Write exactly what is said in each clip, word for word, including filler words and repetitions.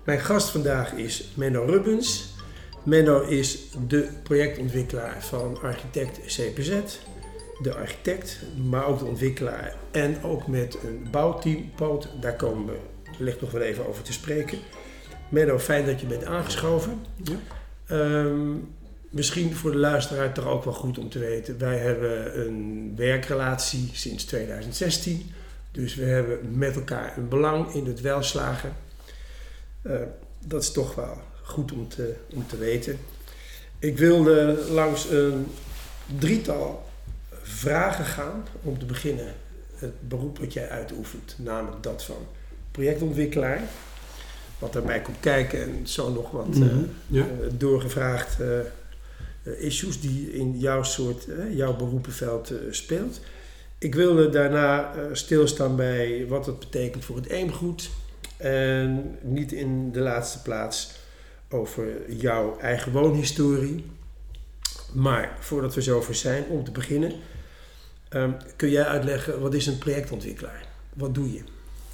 Mijn gast vandaag is Menno Rubbens. Menno is de projectontwikkelaar van architect C P Z, de architect, maar ook de ontwikkelaar en ook met een bouwteam, Poot. Daar komen we wellicht nog wel even over te spreken. Menno, fijn dat je bent aangeschoven. Ja. Um, misschien voor de luisteraar toch ook wel goed om te weten. Wij hebben een werkrelatie sinds tweeduizend zestien. Dus we hebben met elkaar een belang in het welslagen. Uh, dat is toch wel goed om te, om te weten. Ik wilde langs een drietal vragen gaan om te beginnen. Het beroep wat jij uitoefent, namelijk dat van projectontwikkelaar. Wat daarbij komt kijken en zo nog wat uh, mm-hmm. ja. uh, doorgevraagd uh, uh, issues die in jouw soort, uh, jouw beroepenveld uh, speelt. Ik wilde daarna uh, stilstaan bij wat het betekent voor het eemgoed. En niet in de laatste plaats over jouw eigen woonhistorie. Maar voordat we zover zijn, om te beginnen, um, kun jij uitleggen wat is een projectontwikkelaar? Wat doe je?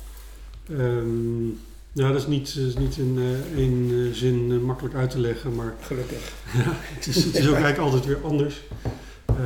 Um, nou, dat is niet, dat is niet in uh, één uh, zin uh, makkelijk uit te leggen, maar gelukkig. Ja, het is, het is ook eigenlijk altijd weer anders. Uh,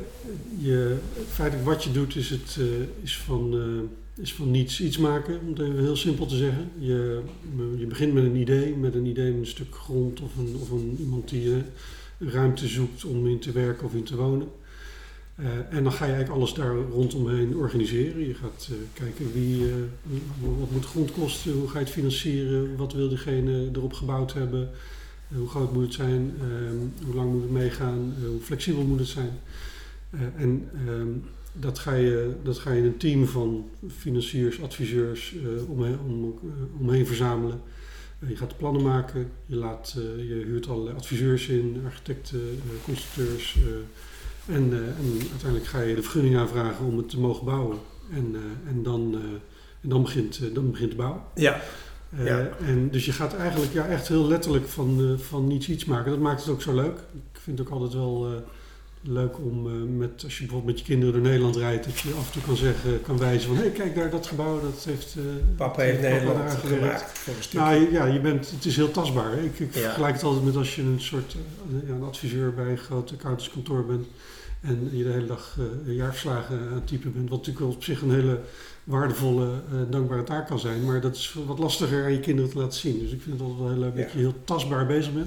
je, feitelijk wat je doet is, het, uh, is, van, uh, is van niets iets maken, om het even heel simpel te zeggen. Je, je begint met een idee, met een idee met een stuk grond of, een, of een, iemand die uh, een ruimte zoekt om in te werken of in te wonen. Uh, en dan ga je eigenlijk alles daar rondomheen organiseren. Je gaat uh, kijken wie, uh, wat moet de grond kosten, hoe ga je het financieren, wat wil diegene erop gebouwd hebben, uh, hoe groot moet het zijn, uh, hoe lang moet het meegaan, uh, hoe flexibel moet het zijn. Uh, en uh, dat, ga je, dat ga je in een team van financiers, adviseurs uh, omheen, om, uh, omheen verzamelen. Uh, je gaat de plannen maken, je, laat, uh, je huurt allerlei adviseurs in, architecten, uh, constructeurs. Uh, En, uh, en uiteindelijk ga je de vergunning aanvragen om het te mogen bouwen. En, uh, en, dan, uh, en dan, begint, uh, dan begint de bouw. Ja. Uh, ja. En dus je gaat eigenlijk ja, echt heel letterlijk van, uh, van niets iets maken. Dat maakt het ook zo leuk. Ik vind het ook altijd wel uh, leuk om, uh, met, als je bijvoorbeeld met je kinderen door Nederland rijdt, dat je af en toe kan zeggen, kan wijzen van, hé, hey, kijk daar, dat gebouw, dat heeft... Uh, Papa heeft heeft Nederland papa gemaakt voor een stuk. Nou ja, je bent, het is heel tastbaar. Ik, ik ja. vergelijk het altijd met als je een soort uh, ja, een adviseur bij een groot accountantskantoor bent. En je de hele dag uh, jaarverslagen aan het typen bent. Wat natuurlijk wel op zich een hele waardevolle, uh, dankbare taak kan zijn. Maar dat is wat lastiger aan je kinderen te laten zien. Dus ik vind het altijd wel heel leuk ja. dat je heel tastbaar bezig bent.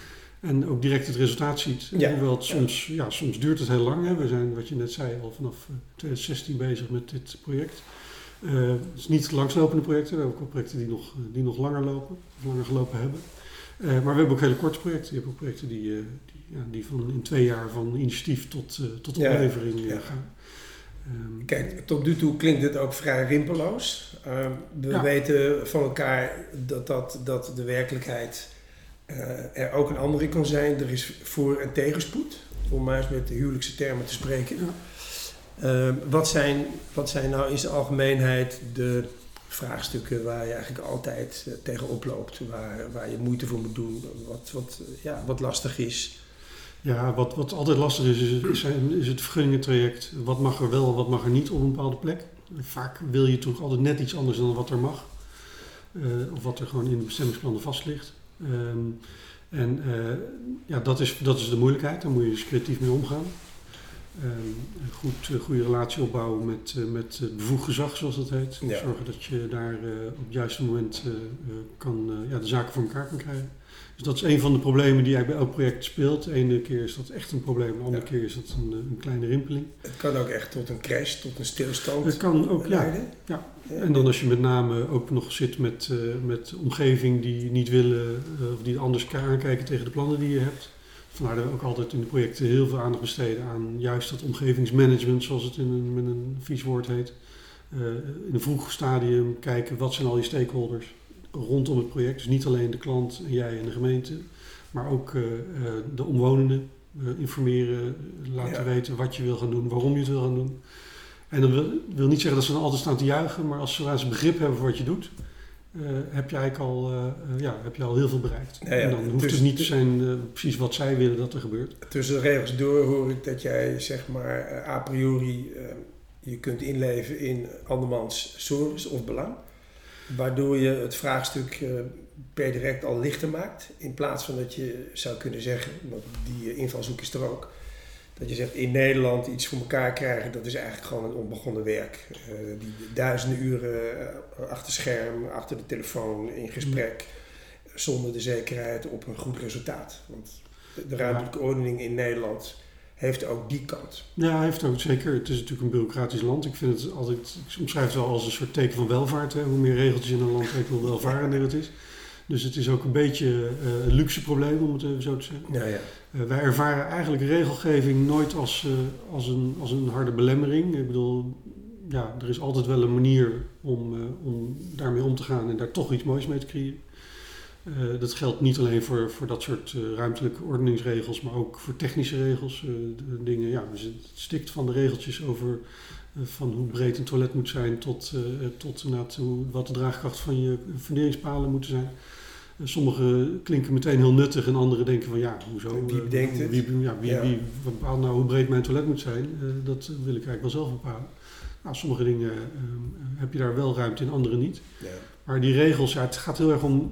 En ook direct het resultaat ziet. Ja. Hoewel het soms, ja. Ja, soms duurt het heel lang. Hè. We zijn, wat je net zei, al vanaf uh, twintig zestien bezig met dit project. Uh, het is niet langslopende projecten. We hebben ook wel projecten die nog, die nog langer lopen. Of langer gelopen hebben. Uh, maar we hebben ook hele korte projecten. Je hebt ook projecten die... Uh, Ja, die van in twee jaar van initiatief tot, uh, tot oplevering ja, ja. gaan. Um, Kijk, tot nu toe klinkt dit ook vrij rimpeloos. Um, we ja. weten van elkaar dat, dat, dat de werkelijkheid uh, er ook een andere kan zijn. Er is voor- en tegenspoed, om maar eens met de huwelijkse termen te spreken. Ja. Um, wat, zijn, wat zijn nou in zijn algemeenheid de vraagstukken waar je eigenlijk altijd uh, tegenop loopt, waar, waar je moeite voor moet doen, wat, wat, ja, wat lastig is? Ja, wat, wat altijd lastig is, is, is, is het vergunningentraject. Wat mag er wel en wat mag er niet op een bepaalde plek? Vaak wil je toch altijd net iets anders dan wat er mag. Uh, of wat er gewoon in de bestemmingsplannen vast ligt. Um, en uh, ja, dat is, dat is de moeilijkheid. Daar moet je dus creatief mee omgaan. Um, een goed, uh, goede relatie opbouwen met, uh, met het bevoegd gezag, zoals dat heet. Ja. Zorgen dat je daar uh, op het juiste moment uh, uh, kan, uh, ja, de zaken voor elkaar kan krijgen. Dus dat is een van de problemen die eigenlijk bij elk project speelt. De ene keer is dat echt een probleem, de andere ja. keer is dat een, een kleine rimpeling. Het kan ook echt tot een crash, tot een stilstand Het kan ook, leiden. Ja, ja. En dan als je met name ook nog zit met, uh, met omgeving die niet willen uh, of die anders aankijken tegen de plannen die je hebt. Vandaar dat we ook altijd in de projecten heel veel aandacht besteden aan juist dat omgevingsmanagement, zoals het in een, met een vies woord heet. Uh, in een vroeg stadium kijken wat zijn al je stakeholders rondom het project. Dus niet alleen de klant en jij en de gemeente, maar ook uh, uh, de omwonenden uh, informeren, laten ja. weten wat je wil gaan doen, waarom je het wil gaan doen. En dat wil, wil niet zeggen dat ze dan altijd staan te juichen, maar als ze een begrip hebben voor wat je doet, uh, heb je eigenlijk al, uh, uh, ja, heb je al heel veel bereikt. Ja, ja. En dan hoeft tussen, het niet te zijn uh, precies wat zij willen dat er gebeurt. Tussen de regels door hoor ik dat jij zeg maar uh, a priori uh, je kunt inleven in andermans service of belang. Waardoor je het vraagstuk uh, per direct al lichter maakt. In plaats van dat je zou kunnen zeggen, want die invalshoek is er ook, dat je zegt in Nederland iets voor elkaar krijgen, dat is eigenlijk gewoon een onbegonnen werk. Uh, die duizenden uren achter scherm, achter de telefoon, in gesprek, zonder de zekerheid op een goed resultaat. Want de ruimtelijke ordening in Nederland heeft ook die kant. Ja, heeft ook zeker. Het is natuurlijk een bureaucratisch land. Ik vind het altijd, ik omschrijf het wel als een soort teken van welvaart. Hè. Hoe meer regeltjes in een land, hoe welvarender het is. Dus het is ook een beetje uh, een luxe probleem, om het even zo te zeggen. Ja, ja. Uh, wij ervaren eigenlijk regelgeving nooit als, uh, als, een, als een harde belemmering. Ik bedoel, ja, er is altijd wel een manier om, uh, om daarmee om te gaan en daar toch iets moois mee te creëren. Uh, dat geldt niet alleen voor, voor dat soort uh, ruimtelijke ordeningsregels, maar ook voor technische regels. Uh, de dingen, ja, dus het stikt van de regeltjes over uh, van hoe breed een toilet moet zijn tot, uh, tot hoe, wat de draagkracht van je funderingspalen moeten zijn. Uh, sommige klinken meteen heel nuttig en andere denken van ja, hoezo? Wie bedenkt het? Wie, ja, wie, ja. wie bepaalt nou hoe breed mijn toilet moet zijn? Uh, dat wil ik eigenlijk wel zelf bepalen. Nou, sommige dingen uh, heb je daar wel ruimte in, andere niet. Ja. Maar die regels, ja, het gaat heel erg om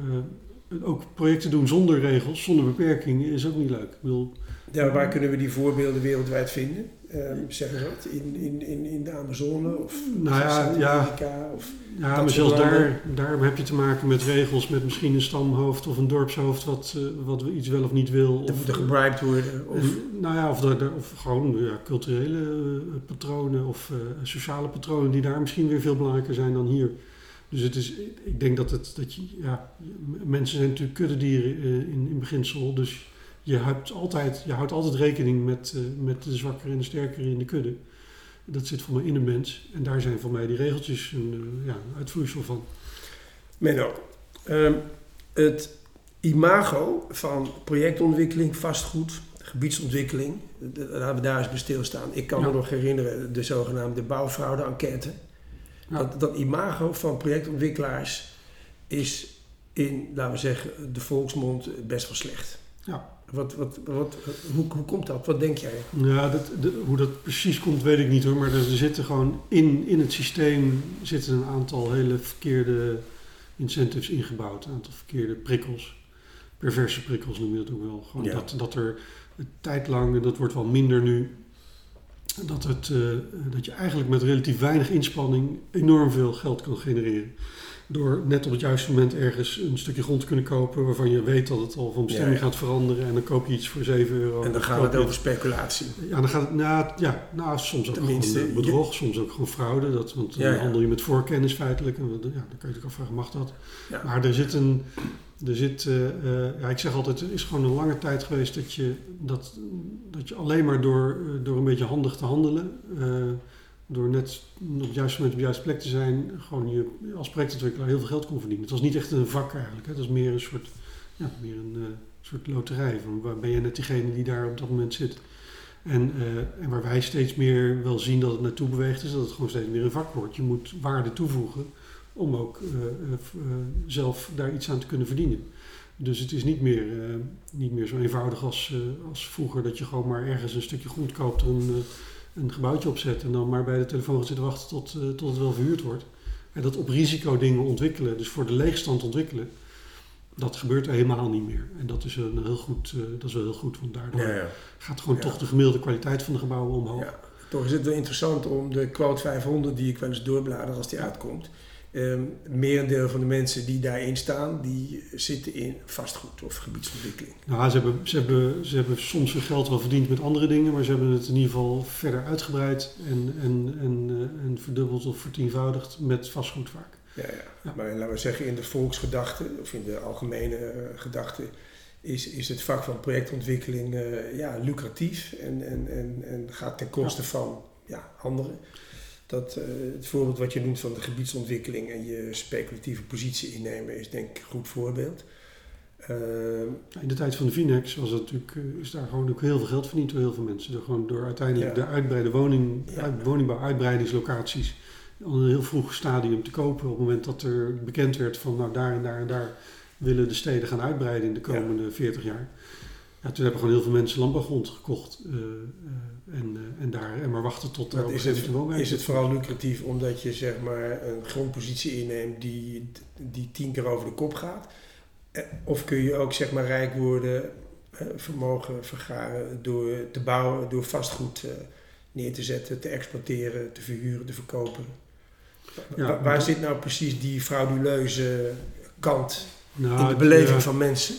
uh, ook projecten doen zonder regels, zonder beperkingen, is ook niet leuk. Ik bedoel, ja, waar kunnen we die voorbeelden wereldwijd vinden? Um, zeggen ze dat? In, in, in, in de Amazone of nou ja, Zuid-Amerika? Ja, of ja maar zelfs daar, daar heb je te maken met regels met misschien een stamhoofd of een dorpshoofd wat, uh, wat iets wel of niet wil. Dat of, moet er gebribed worden. Of, en, nou ja, of, de, of gewoon ja, culturele uh, patronen of uh, sociale patronen die daar misschien weer veel belangrijker zijn dan hier. Dus het is, ik denk dat, het, dat je, ja, mensen zijn natuurlijk kuddedieren uh, in, in beginsel, dus je, hebt altijd, je houdt altijd rekening met, uh, met de zwakkere en de sterkere in de kudde. Dat zit voor mij in een mens en daar zijn voor mij die regeltjes een, uh, ja, een uitvloeisel van. Menno, um, het imago van projectontwikkeling, vastgoed, gebiedsontwikkeling, laten we daar eens bij stilstaan. Ik kan ja. me nog herinneren de zogenaamde bouwfraude-enquête. Ja. Dat, dat imago van projectontwikkelaars is in, laten we zeggen, de volksmond best wel slecht. Ja. Wat, wat, wat, hoe, hoe komt dat? Wat denk jij? Ja, dat, de, hoe dat precies komt weet ik niet hoor, maar er, er zitten gewoon in, in het systeem zitten een aantal hele verkeerde incentives ingebouwd, een aantal verkeerde prikkels. Perverse prikkels noem je dat ook wel. Gewoon ja. dat, dat er een tijd lang, en dat wordt wel minder nu, Dat, het, uh, dat je eigenlijk met relatief weinig inspanning enorm veel geld kan genereren. Door net op het juiste moment ergens een stukje grond te kunnen kopen waarvan je weet dat het al van bestemming ja, ja. gaat veranderen en dan koop je iets voor zeven euro. En dan gaat het over speculatie. Ja, dan gaat het, nou, ja, nou soms ook Tenminste, gewoon bedrog, je, soms ook gewoon fraude. Dat, want dan ja, ja. handel je met voorkennis feitelijk. En ja, dan kan je je afvragen, mag dat? Ja. Maar er zit een... Er zit, uh, uh, ja, ik zeg altijd, het is gewoon een lange tijd geweest dat je, dat, dat je alleen maar door, uh, door een beetje handig te handelen, uh, door net op het juiste moment op de juiste plek te zijn, gewoon je als projectontwikkelaar heel veel geld kon verdienen. Het was niet echt een vak eigenlijk, hè. Het was meer een soort, ja, meer een uh, soort loterij, van waar ben je net diegene die daar op dat moment zit. En, uh, en waar wij steeds meer wel zien dat het naartoe beweegt, is dat het gewoon steeds meer een vak wordt. Je moet waarde toevoegen om ook uh, uh, uh, zelf daar iets aan te kunnen verdienen. Dus het is niet meer, uh, niet meer zo eenvoudig als, uh, als vroeger dat je gewoon maar ergens een stukje grond koopt, er een, uh, een gebouwtje opzet en dan maar bij de telefoon gaat zitten wachten tot, uh, tot het wel verhuurd wordt. En dat op risico dingen ontwikkelen, dus voor de leegstand ontwikkelen, dat gebeurt helemaal niet meer. En dat is, een heel goed, uh, dat is wel heel goed, want daardoor ja, ja. gaat gewoon ja. toch de gemiddelde kwaliteit van de gebouwen omhoog. Ja. Toch is het wel interessant om de quote vijfhonderd die ik wel eens doorblader als die uitkomt. Um, merendeel van de mensen die daarin staan, die zitten in vastgoed of gebiedsontwikkeling. Nou, ze hebben, ze, hebben, ze hebben soms hun geld wel verdiend met andere dingen, maar ze hebben het in ieder geval verder uitgebreid en, en, en, uh, en verdubbeld of vertienvoudigd met vastgoed vaak. Ja, ja. ja, maar laten we zeggen in de volksgedachte of in de algemene uh, gedachte is, is het vak van projectontwikkeling uh, ja, lucratief en, en, en, en gaat ten koste ja. van ja, anderen. Dat, uh, het voorbeeld wat je noemt van de gebiedsontwikkeling en je speculatieve positie innemen is denk ik een goed voorbeeld. Uh, In de tijd van de Vinex was het natuurlijk, uh, is daar gewoon ook heel veel geld verdiend door heel veel mensen. Door, gewoon door uiteindelijk ja. de uitbreide woning, ja. uit, woningbouw-uitbreidingslocaties al een heel vroeg stadium te kopen. Op het moment dat er bekend werd van nou daar en daar en daar willen de steden gaan uitbreiden in de komende ja. veertig jaar. Ja, toen hebben gewoon heel veel mensen landbouwgrond gekocht uh, uh, en, uh, en, daar, en maar wachten tot daar is het, is het vooral lucratief omdat je zeg maar een grondpositie inneemt die, die tien keer over de kop gaat? Of kun je ook zeg maar rijk worden, vermogen vergaren door te bouwen, door vastgoed uh, neer te zetten, te exploiteren, te verhuren, te verkopen. Ja, waar waar dat... zit nou precies die frauduleuze kant nou, in de beleving ja, van mensen?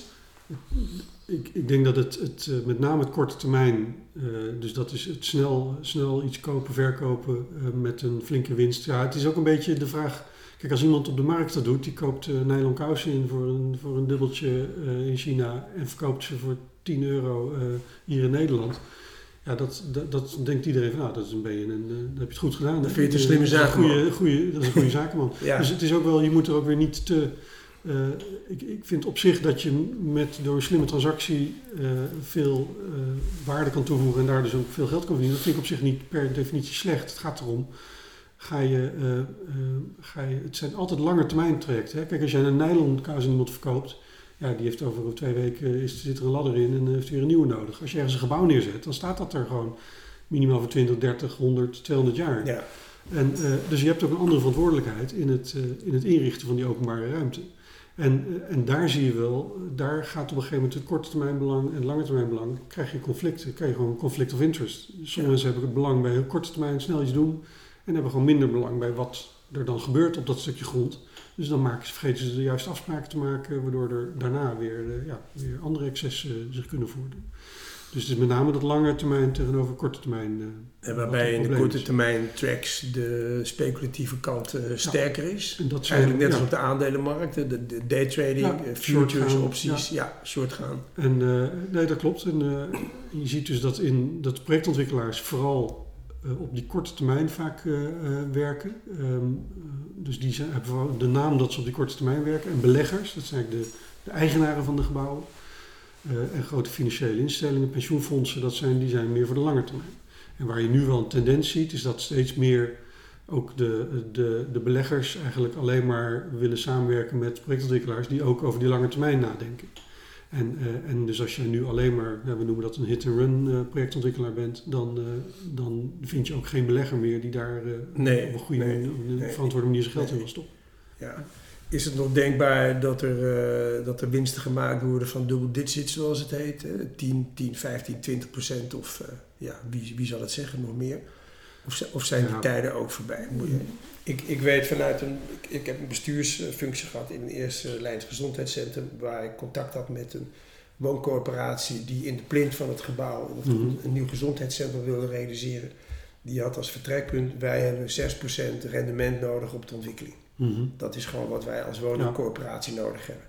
Ik, ik denk dat het, het met name het korte termijn, uh, dus dat is het snel, snel iets kopen, verkopen uh, met een flinke winst. Ja, het is ook een beetje de vraag, kijk als iemand op de markt dat doet, die koopt uh, nylon kousen in voor een, voor een dubbeltje uh, in China en verkoopt ze voor tien euro uh, hier in Nederland. Ja, dat, dat, dat denkt iedereen van, nou, dat is een beetje een, uh, dat heb je het goed gedaan. Dat vind je het een slimme zakenman. Goeie, dat is een goede zakenman. Ja. Dus het is ook wel, je moet er ook weer niet te... Uh, ik, ik vind op zich dat je met, door een slimme transactie uh, veel uh, waarde kan toevoegen en daar dus ook veel geld kan verdienen. Dat vind ik op zich niet per definitie slecht. Het gaat erom, ga je, uh, uh, ga je, het zijn altijd lange termijn trajecten. Hè? Kijk, als jij een nylon kous aan iemand verkoopt, ja, die heeft over twee weken, is, zit er een ladder in en heeft weer een nieuwe nodig. Als je ergens een gebouw neerzet, dan staat dat er gewoon minimaal voor twintig, dertig, honderd, tweehonderd jaar. Ja. En, uh, dus je hebt ook een andere verantwoordelijkheid in het, uh, in het inrichten van die openbare ruimte. En, en daar zie je wel, daar gaat op een gegeven moment het korte termijn belang en het lange termijn belang, krijg je conflicten, krijg je gewoon conflict of interest. Sommige ja. mensen hebben het belang bij heel korte termijn snel iets doen en hebben gewoon minder belang bij wat er dan gebeurt op dat stukje grond. Dus dan maken, vergeten ze de juiste afspraken te maken, waardoor er daarna weer, uh, ja, weer andere excessen uh, zich kunnen voordoen. Dus het is met name dat lange termijn tegenover korte termijn. Uh, en waarbij in de korte termijn tracks de speculatieve kant uh, sterker ja. is. En dat zijn, eigenlijk net ja. als op de aandelenmarkt, de, de daytrading, ja, uh, futures, gaan, opties, ja. ja, short gaan. En uh, nee, dat klopt. En uh, je ziet dus dat, in, dat projectontwikkelaars vooral uh, op die korte termijn vaak uh, uh, werken. Um, uh, dus die zijn, hebben vooral de naam dat ze op die korte termijn werken. En beleggers, dat zijn eigenlijk de, de eigenaren van de gebouwen. Uh, en grote financiële instellingen, pensioenfondsen, dat zijn, die zijn meer voor de lange termijn. En waar je nu wel een tendens ziet, is dat steeds meer ook de, de, de beleggers eigenlijk alleen maar willen samenwerken met projectontwikkelaars die ook over die lange termijn nadenken. En, uh, en dus als je nu alleen maar, ja, we noemen dat een hit-and-run uh, projectontwikkelaar bent, dan, uh, dan vind je ook geen belegger meer die daar uh, nee, op een goede, nee, op een nee, verantwoorde manier zijn geld nee. in wil stoppen. Ja. Is het nog denkbaar dat er, uh, dat er winsten gemaakt worden van double digits, zoals het heet? Hè? tien, tien, vijftien, twintig procent of uh, ja, wie, wie zal het zeggen, nog meer? Of, of zijn ja. die tijden ook voorbij? Ik, ik weet vanuit een... Ik, ik heb een bestuursfunctie gehad in een eerste lijns gezondheidscentrum, waar ik contact had met een wooncorporatie die in de plint van het gebouw mm-hmm. een, een nieuw gezondheidscentrum wilde realiseren. Die had als vertrekpunt, wij hebben zes procent rendement nodig op de ontwikkeling. Mm-hmm. Dat is gewoon wat wij als woningcorporatie ja. nodig hebben.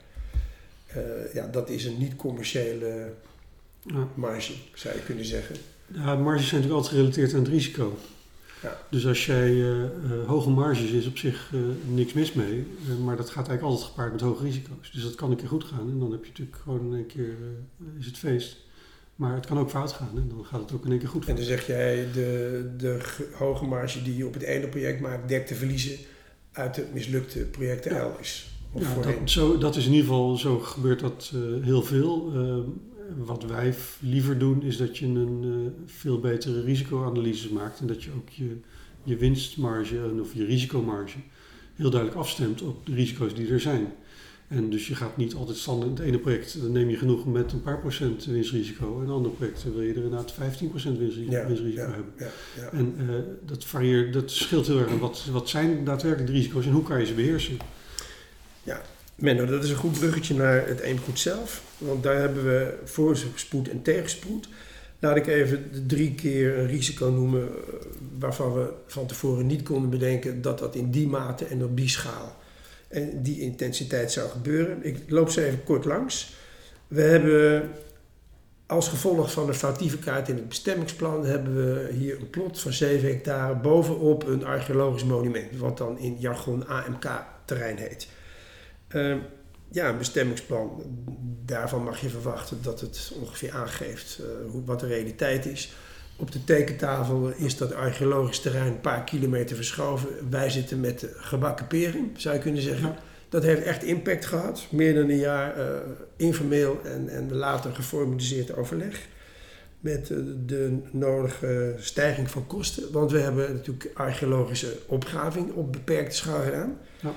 Uh, ja, dat is een niet-commerciële ja. marge, zou je kunnen zeggen. Ja, marges zijn natuurlijk altijd gerelateerd aan het risico. Ja. Dus als jij uh, uh, hoge marges is op zich uh, niks mis mee, uh, maar dat gaat eigenlijk altijd gepaard met hoge risico's. Dus dat kan een keer goed gaan en dan heb je natuurlijk gewoon in één keer uh, is het feest. Maar het kan ook fout gaan en dan gaat het ook in één keer goed. En dan zeg jij, de, de g- hoge marge die je op het ene project maakt, dekt de verliezen uit de mislukte projecten ja. elders. Of ja, dat, zo, dat is in ieder geval, zo gebeurt dat uh, heel veel. Uh, wat wij f- liever doen is dat je een uh, veel betere risicoanalyse maakt. En dat je ook je, je winstmarge of je risicomarge heel duidelijk afstemt op de risico's die er zijn. En dus je gaat niet altijd standaard in het ene project, dan neem je genoeg met een paar procent winstrisico. En in andere projecten wil je er inderdaad vijftien procent winstrisico, ja, winstrisico ja, hebben. Ja, ja. En uh, dat varieert, dat scheelt heel erg aan wat, wat zijn daadwerkelijk de risico's en hoe kan je ze beheersen. Ja, Menno, dat is een goed bruggetje naar het eengoed zelf. Want daar hebben we voorspoed en tegenspoed. Laat ik even de drie keer een risico noemen waarvan we van tevoren niet konden bedenken dat dat in die mate en op die schaal en die intensiteit zou gebeuren. Ik loop ze even kort langs. We hebben als gevolg van de foutieve kaart in het bestemmingsplan hebben we hier een plot van zeven hectare bovenop een archeologisch monument, wat dan in jargon A M K-terrein heet. Uh, ja, een bestemmingsplan, daarvan mag je verwachten dat het ongeveer aangeeft uh, hoe, wat de realiteit is. Op de tekentafel is dat archeologisch terrein een paar kilometer verschoven. Wij zitten met de gebakken peren, zou je kunnen zeggen. Ja. Dat heeft echt impact gehad. Meer dan een jaar uh, informeel en, en later geformaliseerd overleg. Met uh, de nodige stijging van kosten. Want we hebben natuurlijk archeologische opgraving op beperkte schaal gedaan. Ja.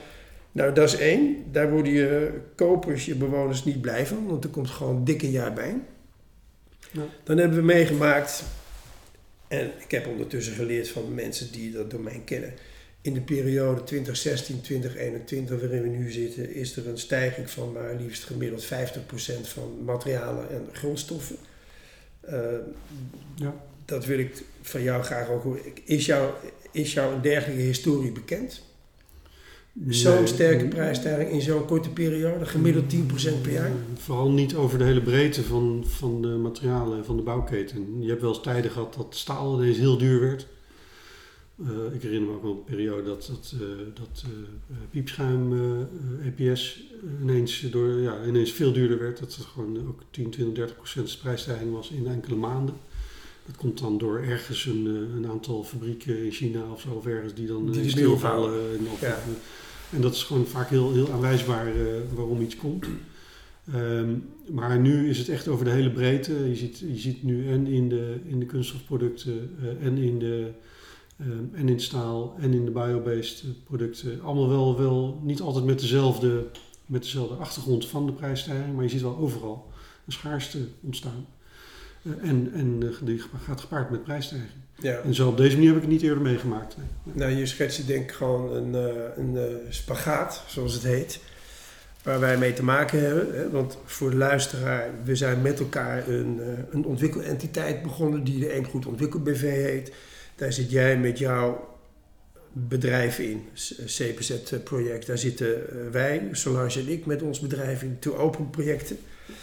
Nou, dat is één. Daar worden je kopers, je bewoners niet blij van, want er komt gewoon dik een jaar bij. Ja. Dan hebben we meegemaakt, en ik heb ondertussen geleerd van mensen die dat domein kennen. In de periode twintig zestien twintig eenentwintig waarin we nu zitten, is er een stijging van maar liefst gemiddeld vijftig procent van materialen en grondstoffen. Uh, ja. Dat wil ik van jou graag ook horen. Is jou, is jou een dergelijke historie bekend? Nee, zo'n sterke prijsstijging in zo'n korte periode, gemiddeld tien procent per jaar? Vooral niet over de hele breedte van, van de materialen en van de bouwketen. Je hebt wel eens tijden gehad dat staal ineens heel duur werd. Uh, ik herinner me ook wel een periode dat, dat, uh, dat uh, piepschuim uh, E P S ineens, door, ja, ineens veel duurder werd. Dat het gewoon ook tien, twintig, dertig procent prijsstijging was in enkele maanden. Dat komt dan door ergens een, een aantal fabrieken in China of zo, of ergens die dan die stilvallen. En, of, ja. en dat is gewoon vaak heel, heel aanwijsbaar uh, waarom iets komt. Um, maar nu is het echt over de hele breedte. Je ziet, je ziet nu en in de, in de kunststofproducten uh, en in de um, en in staal en in de biobased producten. Allemaal wel, wel niet altijd met dezelfde, met dezelfde achtergrond van de prijsstijging, maar je ziet wel overal een schaarste ontstaan. Uh, en en uh, die gaat gepaard met prijsstijging. Ja. En zo op deze manier heb ik het niet eerder meegemaakt. Nee. Nou, je schetst denk ik gewoon een, uh, een uh, spagaat, zoals het heet, waar wij mee te maken hebben. Hè? Want voor de luisteraar, we zijn met elkaar een, uh, een ontwikkelentiteit begonnen die de Eemgoed Ontwikkel B V heet. Daar zit jij met jouw bedrijf in, C P Z-project. Daar zitten uh, wij, Solange en ik, met ons bedrijf in To Open projecten.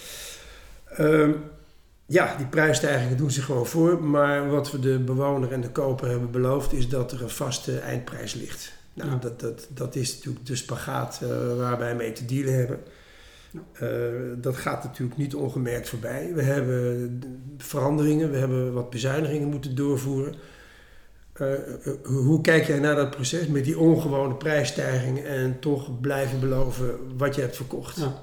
Um, Ja, die prijsstijgingen doen zich gewoon voor, maar wat we de bewoner en de koper hebben beloofd is dat er een vaste eindprijs ligt. Nou, ja. dat, dat, dat is natuurlijk de spagaat uh, waar wij mee te dealen hebben. Ja. Uh, dat gaat natuurlijk niet ongemerkt voorbij. We hebben veranderingen, we hebben wat bezuinigingen moeten doorvoeren. Uh, uh, hoe kijk jij naar dat proces met die ongewone prijsstijging en toch blijven beloven wat je hebt verkocht? Ja.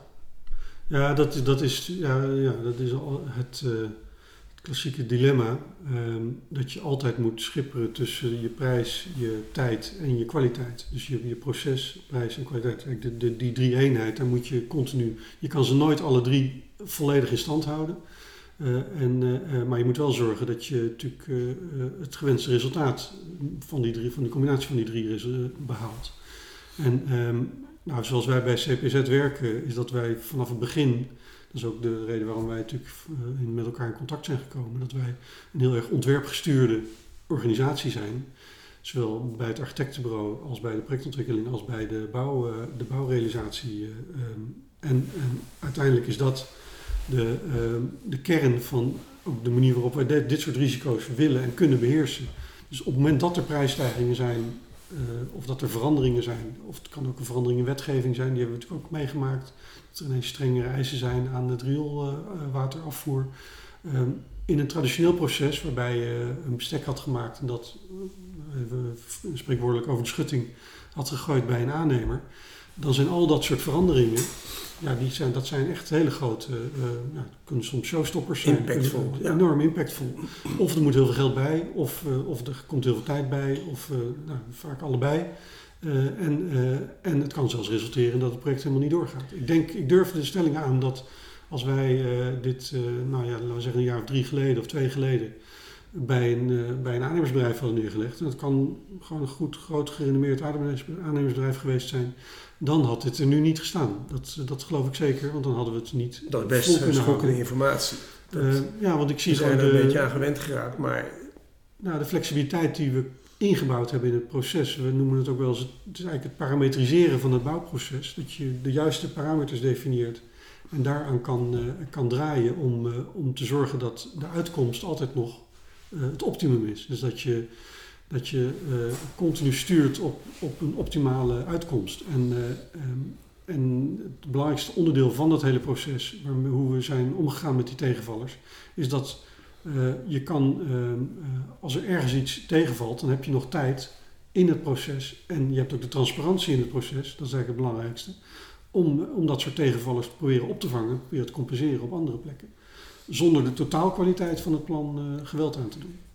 Ja, dat is, dat is, ja, ja, dat is al het, uh, het klassieke dilemma. Um, dat je altijd moet schipperen tussen je prijs, je tijd en je kwaliteit. Dus je, je proces, prijs en kwaliteit. De, de, die drie eenheid, daar moet je continu... Je kan ze nooit alle drie volledig in stand houden. Uh, en, uh, maar je moet wel zorgen dat je natuurlijk uh, het gewenste resultaat van die, drie, van die combinatie van die drie is, uh, behaalt. En... Um, Nou, zoals wij bij C P Z werken, is dat wij vanaf het begin, dat is ook de reden waarom wij natuurlijk uh, met elkaar in contact zijn gekomen, dat wij een heel erg ontwerpgestuurde organisatie zijn. Zowel bij het architectenbureau als bij de projectontwikkeling als bij de, bouw, uh, de bouwrealisatie. Uh, um, en, en uiteindelijk is dat de, uh, de kern van ook de manier waarop wij de, dit soort risico's willen en kunnen beheersen. Dus op het moment dat er prijsstijgingen zijn, Uh, of dat er veranderingen zijn, of het kan ook een verandering in wetgeving zijn, die hebben we natuurlijk ook meegemaakt. Dat er ineens strengere eisen zijn aan het rioolwaterafvoer. Uh, uh, in een traditioneel proces waarbij je uh, een bestek had gemaakt en dat, uh, even spreekwoordelijk over de schutting, had gegooid bij een aannemer, dan zijn al dat soort veranderingen, ja, die zijn, dat zijn echt hele grote, uh, nou, kunnen soms showstoppers zijn. Impactvol. Ja. Enorm impactvol. Of er moet heel veel geld bij, of, uh, of er komt heel veel tijd bij, of uh, nou, vaak allebei. Uh, en, uh, en het kan zelfs resulteren in dat het project helemaal niet doorgaat. Ik denk, ik durf de stelling aan dat als wij uh, dit, uh, nou ja, laten we zeggen een jaar of drie geleden of twee geleden, bij een, uh, bij een aannemersbedrijf hadden neergelegd, en dat kan gewoon een goed, groot gerenommeerd aannemersbedrijf geweest zijn, dan had dit er nu niet gestaan. Dat, dat geloof ik zeker, want dan hadden we het niet. Dat is best schokkende informatie. Dat, uh, ja, want ik zie we zijn er een beetje aan gewend geraakt, maar... Nou, de flexibiliteit die we ingebouwd hebben in het proces, we noemen het ook wel eens, het is eigenlijk het parametriseren van het bouwproces, dat je de juiste parameters definieert en daaraan kan, uh, kan draaien om, uh, om te zorgen dat de uitkomst altijd nog uh, het optimum is. Dus dat je dat je uh, continu stuurt op, op een optimale uitkomst. En, uh, um, en het belangrijkste onderdeel van dat hele proces, waar, hoe we zijn omgegaan met die tegenvallers, is dat uh, je kan, uh, uh, als er ergens iets tegenvalt, dan heb je nog tijd in het proces. En je hebt ook de transparantie in het proces, dat is eigenlijk het belangrijkste, om, om dat soort tegenvallers te proberen op te vangen, proberen te compenseren op andere plekken. Zonder de totaalkwaliteit van het plan uh, geweld aan te doen.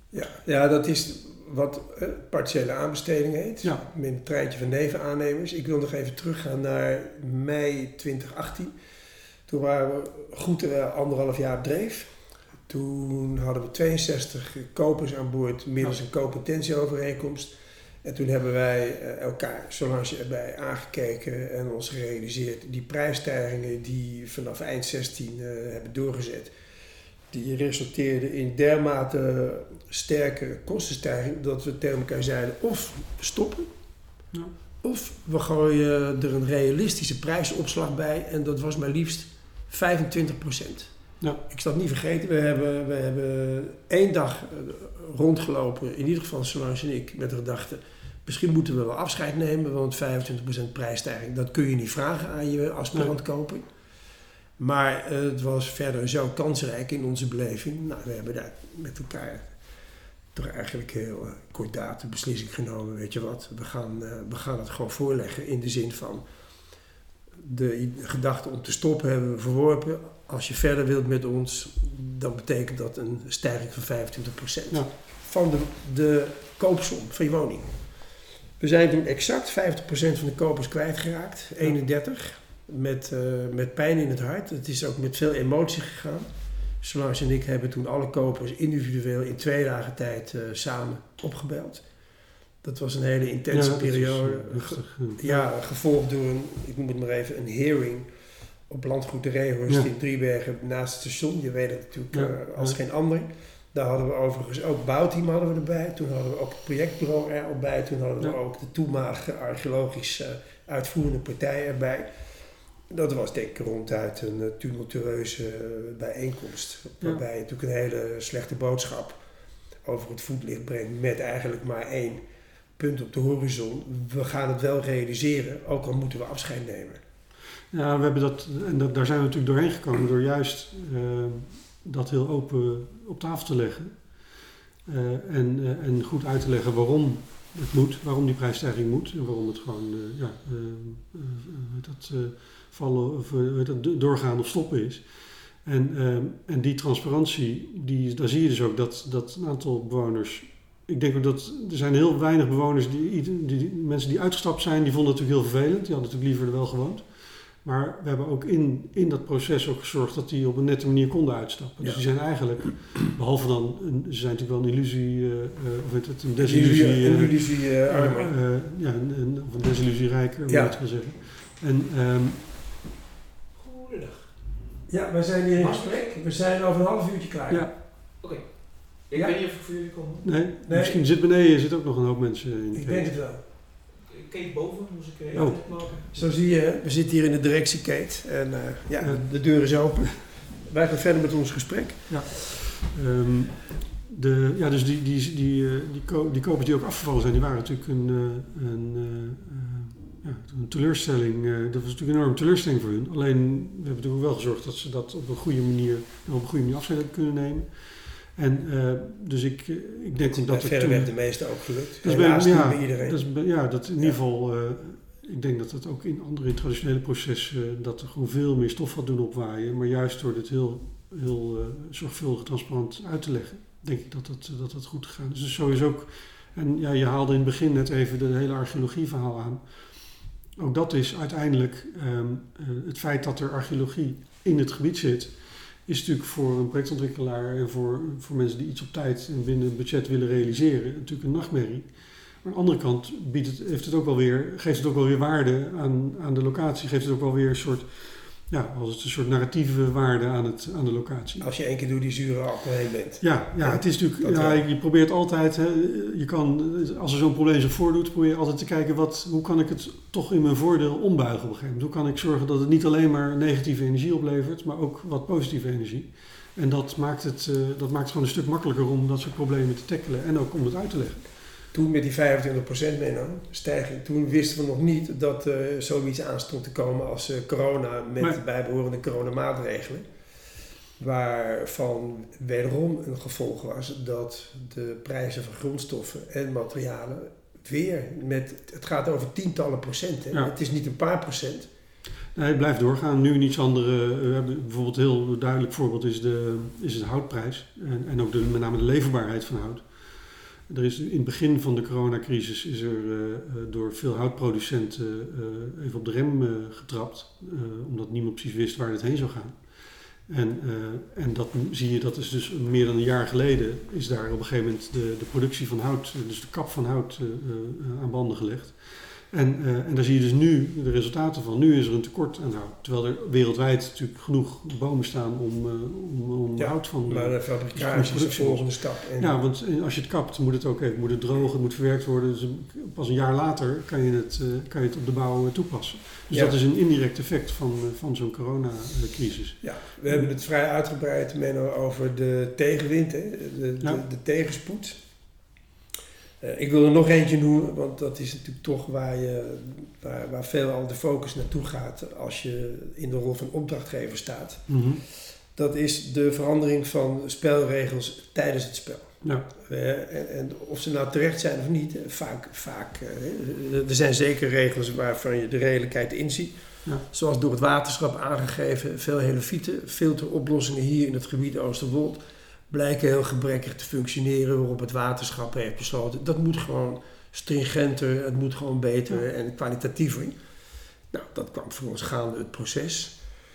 Ja, ja, dat is wat uh, partiële aanbesteding heet. Ja. Met een treintje van nevenaannemers. Ik wil nog even teruggaan naar mei twintig achttien. Toen waren we goed uh, anderhalf jaar op dreef. Toen hadden we tweeënzestig kopers aan boord middels een co-potentieovereenkomst. En toen hebben wij uh, elkaar, zoals je erbij, aangekeken en ons gerealiseerd. Die prijsstijgingen die vanaf eind zestien uh, hebben doorgezet, die resulteerden in dermate sterke kostenstijging dat we tegen elkaar zeiden of stoppen, Ja. of we gooien er een realistische prijsopslag bij en dat was maar liefst vijfentwintig procent. Ja. Ik zal het niet vergeten, we hebben, we hebben één dag rondgelopen, in ieder geval Solange en ik, met de gedachte, misschien moeten we wel afscheid nemen, want vijfentwintig procent prijsstijging, dat kun je niet vragen aan je aspirantkoper. Nee. Maar uh, het was verder zo kansrijk in onze beleving. Nou, we hebben daar met elkaar toch eigenlijk heel uh, kordaat de beslissing genomen. Weet je wat, we gaan, uh, we gaan het gewoon voorleggen in de zin van de gedachte om te stoppen hebben we verworpen. Als je verder wilt met ons, dan betekent dat een stijging van vijfentwintig procent Ja. van de, de koopsom van je woning. We zijn toen exact vijftig procent van de kopers kwijtgeraakt, eenendertig. Met, uh, met pijn in het hart. Het is ook met veel emotie gegaan. Solange en ik hebben toen alle kopers individueel in twee dagen tijd uh, samen opgebeld. Dat was een hele intense ja, periode. Is, uh, rustig, Ge- ja, gevolgd door een, ik noem het maar even, een hearing op Landgoed de Rehorst ja. in Driebergen naast het station. Je weet het natuurlijk ja, uh, als ja. geen ander. Daar hadden we overigens ook bouwteam hadden we erbij. Toen hadden we ook het projectbureau erbij. Toen hadden we ja. ook de toenmalige archeologische uh, uitvoerende partij erbij. Dat was denk ik ronduit een uh, tumultueuze uh, bijeenkomst. Waarbij ja. je natuurlijk een hele slechte boodschap over het voetlicht brengt met eigenlijk maar één punt op de horizon. We gaan het wel realiseren, ook al moeten we afscheid nemen. Ja, we hebben dat, en dat, daar zijn we natuurlijk doorheen gekomen door juist uh, dat heel open op tafel te leggen. Uh, en, uh, en goed uit te leggen waarom het moet, waarom die prijsstijging moet en waarom het gewoon uh, ja, uh, uh, dat, uh, vallen of uh, dat doorgaan of stoppen is. En, uh, en die transparantie, die, daar zie je dus ook dat, dat een aantal bewoners, ik denk ook dat er zijn heel weinig bewoners, die, die, die mensen die uitgestapt zijn, die vonden het natuurlijk heel vervelend, die hadden natuurlijk liever er wel gewoond. Maar we hebben ook in, in dat proces ook gezorgd dat die op een nette manier konden uitstappen. Ja. Dus die zijn eigenlijk, behalve dan, een, ze zijn natuurlijk wel een illusie, uh, of weet het, een desillusie. Uh, een illusie uh, armer. Uh, uh, ja, een, een, of een desillusierijker, moet ja. ik het wel zeggen. En, um, Goedendag. Ja, wij zijn hier in gesprek. We zijn over een half uurtje klaar. Ja. Oké. Okay. Ik ja. weet niet of ik voor jullie kom. Nee, nee, misschien zit beneden zit ook nog een hoop mensen in de Ik denk het wel. Kate boven, moest ik even oh. opmaken. Zo zie je, we zitten hier in de directie Kate en uh, ja, ja, de deur is open. Wij gaan verder met ons gesprek. Ja, um, de, ja dus die, die, die, uh, die, ko- die kopers die ook afgevallen zijn, die waren natuurlijk een, uh, een, uh, uh, ja, een teleurstelling. Uh, dat was natuurlijk een enorme teleurstelling voor hun. Alleen, we hebben natuurlijk wel gezorgd dat ze dat op een goede manier, op een goede manier afscheid hebben kunnen nemen. En uh, dus ik, ik denk dat dat verreweg toen, de meeste ook gelukt. Dat Helaas bij, ja, niet bij iedereen. Dat is, ja, dat in ja. ieder geval, uh, ik denk dat het ook in andere traditionele processen, uh, dat er gewoon veel meer stof had doen opwaaien. Maar juist door dit heel, heel uh, zorgvuldig transparant uit te leggen, denk ik dat dat, dat, dat goed gegaan is. Dus sowieso ook, en ja, je haalde in het begin net even de hele archeologieverhaal aan. Ook dat is uiteindelijk um, uh, het feit dat er archeologie in het gebied zit, is natuurlijk voor een projectontwikkelaar en voor, voor mensen die iets op tijd en binnen een budget willen realiseren natuurlijk een nachtmerrie. Maar aan de andere kant biedt het, heeft het ook wel weer, geeft het ook wel weer waarde aan, aan de locatie, geeft het ook wel weer een soort, ja, als het een soort narratieve waarde aan, het, aan de locatie. Als je één keer door die zure appel heen bent. Ja, ja, het is natuurlijk, ja, je probeert altijd, hè, je kan, als er zo'n probleem zich voordoet, probeer je altijd te kijken, wat, hoe kan ik het toch in mijn voordeel ombuigen op een gegeven moment. Hoe kan ik zorgen dat het niet alleen maar negatieve energie oplevert, maar ook wat positieve energie. En dat maakt het, uh, dat maakt het gewoon een stuk makkelijker om dat soort problemen te tackelen en ook om het uit te leggen. Toen met die vijfentwintig procent Menno, stijging, toen wisten we nog niet dat uh, zoiets aan stond te komen als uh, corona met maar, bijbehorende coronamaatregelen. Waarvan wederom een gevolg was dat de prijzen van grondstoffen en materialen weer met, het gaat over tientallen procenten. Ja. Het is niet een paar procent. Nee, het blijft doorgaan. Nu niets andere. We hebben bijvoorbeeld een heel duidelijk voorbeeld is, de, is het houtprijs. En, en ook de, met name de leverbaarheid van hout. Er is in het begin van de coronacrisis is er uh, door veel houtproducenten uh, even op de rem uh, getrapt, uh, omdat niemand precies wist waar het heen zou gaan. En, uh, en dat zie je, dat is dus meer dan een jaar geleden, is daar op een gegeven moment de, de productie van hout, dus de kap van hout uh, uh, aan banden gelegd. En, uh, en daar zie je dus nu de resultaten van. Nu is er een tekort aan hout. Terwijl er wereldwijd natuurlijk genoeg bomen staan om, uh, om, om ja, hout van... maar de fabricage is de volgende stap. En ja, want als je het kapt, moet het ook even moet het drogen, het moet verwerkt worden. Dus pas een jaar later kan je het, uh, kan je het op de bouw toepassen. Dus ja. dat is een indirect effect van, uh, van zo'n coronacrisis. Ja, we hebben het vrij uitgebreid, Menno, over de tegenwind, hè? De, de, ja. de, de tegenspoed. Uh, ik wil er nog eentje noemen, want dat is natuurlijk toch waar, je, waar, waar veel al de focus naartoe gaat als je in de rol van opdrachtgever staat. Mm-hmm. Dat is de verandering van spelregels tijdens het spel. Ja. Uh, en, en of ze nou terecht zijn of niet, vaak, vaak uh, er zijn zeker regels waarvan je de redelijkheid inziet. Ja. Zoals door het waterschap aangegeven, veel helefieten, filteroplossingen hier in het gebied Oosterwold blijken heel gebrekkig te functioneren, waarop het waterschap heeft besloten. Dat moet gewoon stringenter, het moet gewoon beter ja. en kwalitatiever. Nou, dat kwam voor ons gaande het proces.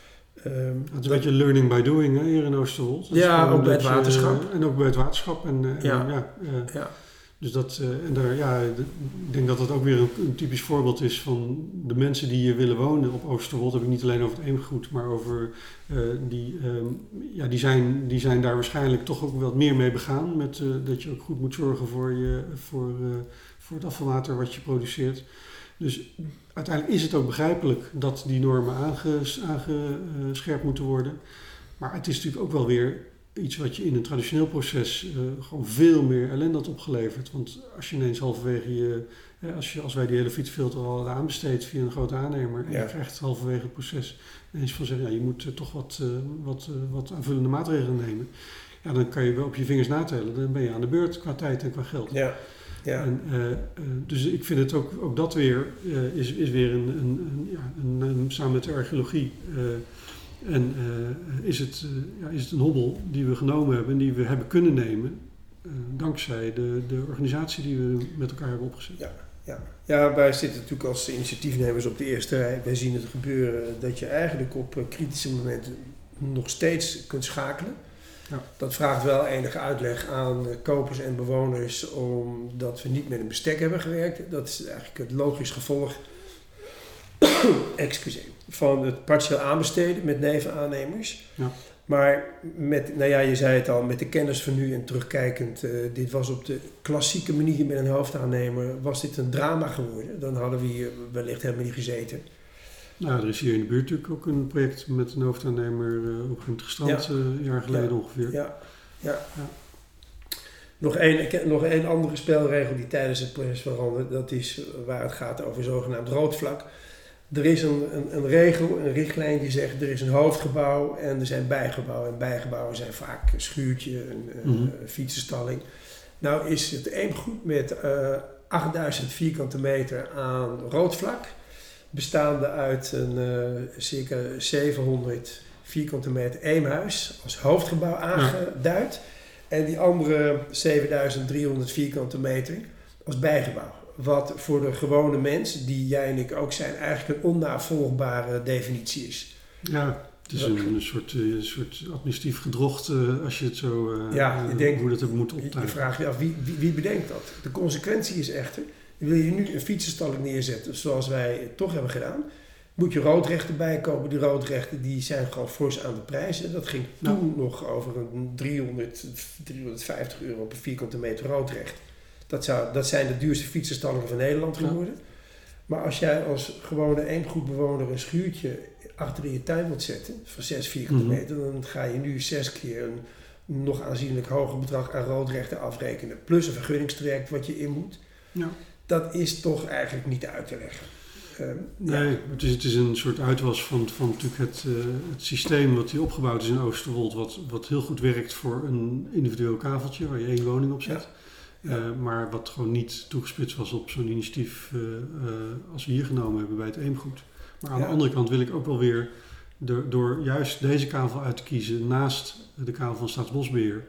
Um, het is een beetje learning by doing hè, hier in Oosterwold. Dat ja, ook bij het waterschap. Je, en ook bij het waterschap. En, uh, ja. En, ja, uh, ja. Dus dat, uh, en daar, ja, de, ik denk dat dat ook weer een, een typisch voorbeeld is van de mensen die hier willen wonen op Oosterwold. Heb ik niet alleen over het Eemgoed, maar over uh, die, um, ja, die, zijn, die zijn daar waarschijnlijk toch ook wat meer mee begaan. Met uh, dat je ook goed moet zorgen voor, je, voor, uh, voor het afvalwater wat je produceert. Dus uiteindelijk is het ook begrijpelijk dat die normen aangescherpt uh, moeten worden. Maar het is natuurlijk ook wel weer iets wat je in een traditioneel proces uh, gewoon veel meer ellende had opgeleverd. Want als je ineens halverwege je, uh, als, je, als wij die hele fietsfilter al hadden aanbesteed via een grote aannemer, en ja. je krijgt halverwege het proces ineens van zeggen, ja, je moet uh, toch wat, uh, wat, uh, wat aanvullende maatregelen nemen. Ja, dan kan je wel op je vingers natellen. Dan ben je aan de beurt qua tijd en qua geld. Ja. Ja. En, uh, uh, dus ik vind het ook, ook dat weer, uh, is, is weer een, een, een, ja, een, een, samen met de archeologie, uh, en uh, is, het, uh, ja, is het een hobbel die we genomen hebben en die we hebben kunnen nemen, uh, dankzij de, de organisatie die we met elkaar hebben opgezet. Ja, ja. ja, wij zitten natuurlijk als initiatiefnemers op de eerste rij. Wij zien het gebeuren dat je eigenlijk op uh, kritische momenten nog steeds kunt schakelen. Ja. Dat vraagt wel enige uitleg aan kopers en bewoners, omdat we niet met een bestek hebben gewerkt. Dat is eigenlijk het logisch gevolg excuseer, van het partieel aanbesteden met nevenaannemers. Ja. Maar met, nou ja, je zei het al, met de kennis van nu en terugkijkend, uh, dit was op de klassieke manier met een hoofdaannemer, was dit een drama geworden. Dan hadden we hier wellicht helemaal niet gezeten. Nou, er is hier in de buurt natuurlijk ook een project met een hoofdaannemer uh, op het gestrand, ja. uh, een jaar geleden ja. ongeveer. Ja, ja. ja. Nog één, nog één andere spelregel die tijdens het proces verandert, dat is waar het gaat over zogenaamd roodvlak. Er is een, een, een regel, een richtlijn die zegt er is een hoofdgebouw en er zijn bijgebouwen. En bijgebouwen zijn vaak een schuurtje, een, mm-hmm. een fietsenstalling. Nou is het Eemgoed met uh, achtduizend vierkante meter aan roodvlak, bestaande uit een uh, circa zevenhonderd vierkante meter Eemhuis als hoofdgebouw aangeduid. Ja. En die andere zevenduizend driehonderd vierkante meter als bijgebouw. Wat voor de gewone mens, die jij en ik ook zijn, eigenlijk een onnavolgbare definitie is. Ja, het is een, een, soort, een soort administratief gedrocht uh, als je het zo, uh, ja, uh, denk, hoe dat moet optuigen. Je vraagt je af, wie, wie, wie bedenkt dat? De consequentie is echter, wil je nu een fietsenstalling neerzetten zoals wij het toch hebben gedaan, moet je roodrechten bijkopen. Die roodrechten die zijn gewoon fors aan de prijzen. Dat ging toen ja. nog over een driehonderd, driehonderdvijftig euro per vierkante meter roodrecht. Dat, zou, dat zijn de duurste fietsenstallingen van Nederland geworden. Ja. Maar als jij als gewone Eemgoedbewoner een schuurtje achter in je tuin wilt zetten, van zes vierkante mm-hmm. meter, dan ga je nu zes keer een nog aanzienlijk hoger bedrag aan roodrechten afrekenen. Plus een vergunningstraject wat je in moet. Ja. Dat is toch eigenlijk niet uit te leggen. Um, nee, ja. het, is, het is een soort uitwas van, van natuurlijk het, uh, het systeem wat hier opgebouwd is in Oosterwold, wat, wat heel goed werkt voor een individueel kaveltje waar je één woning op zet. Ja. Ja. Uh, maar wat gewoon niet toegespitst was op zo'n initiatief uh, uh, als we hier genomen hebben bij het Eemgoed. Maar aan ja. de andere kant wil ik ook wel weer, door, door juist deze kavel uit te kiezen naast de kavel van Staatsbosbeheer,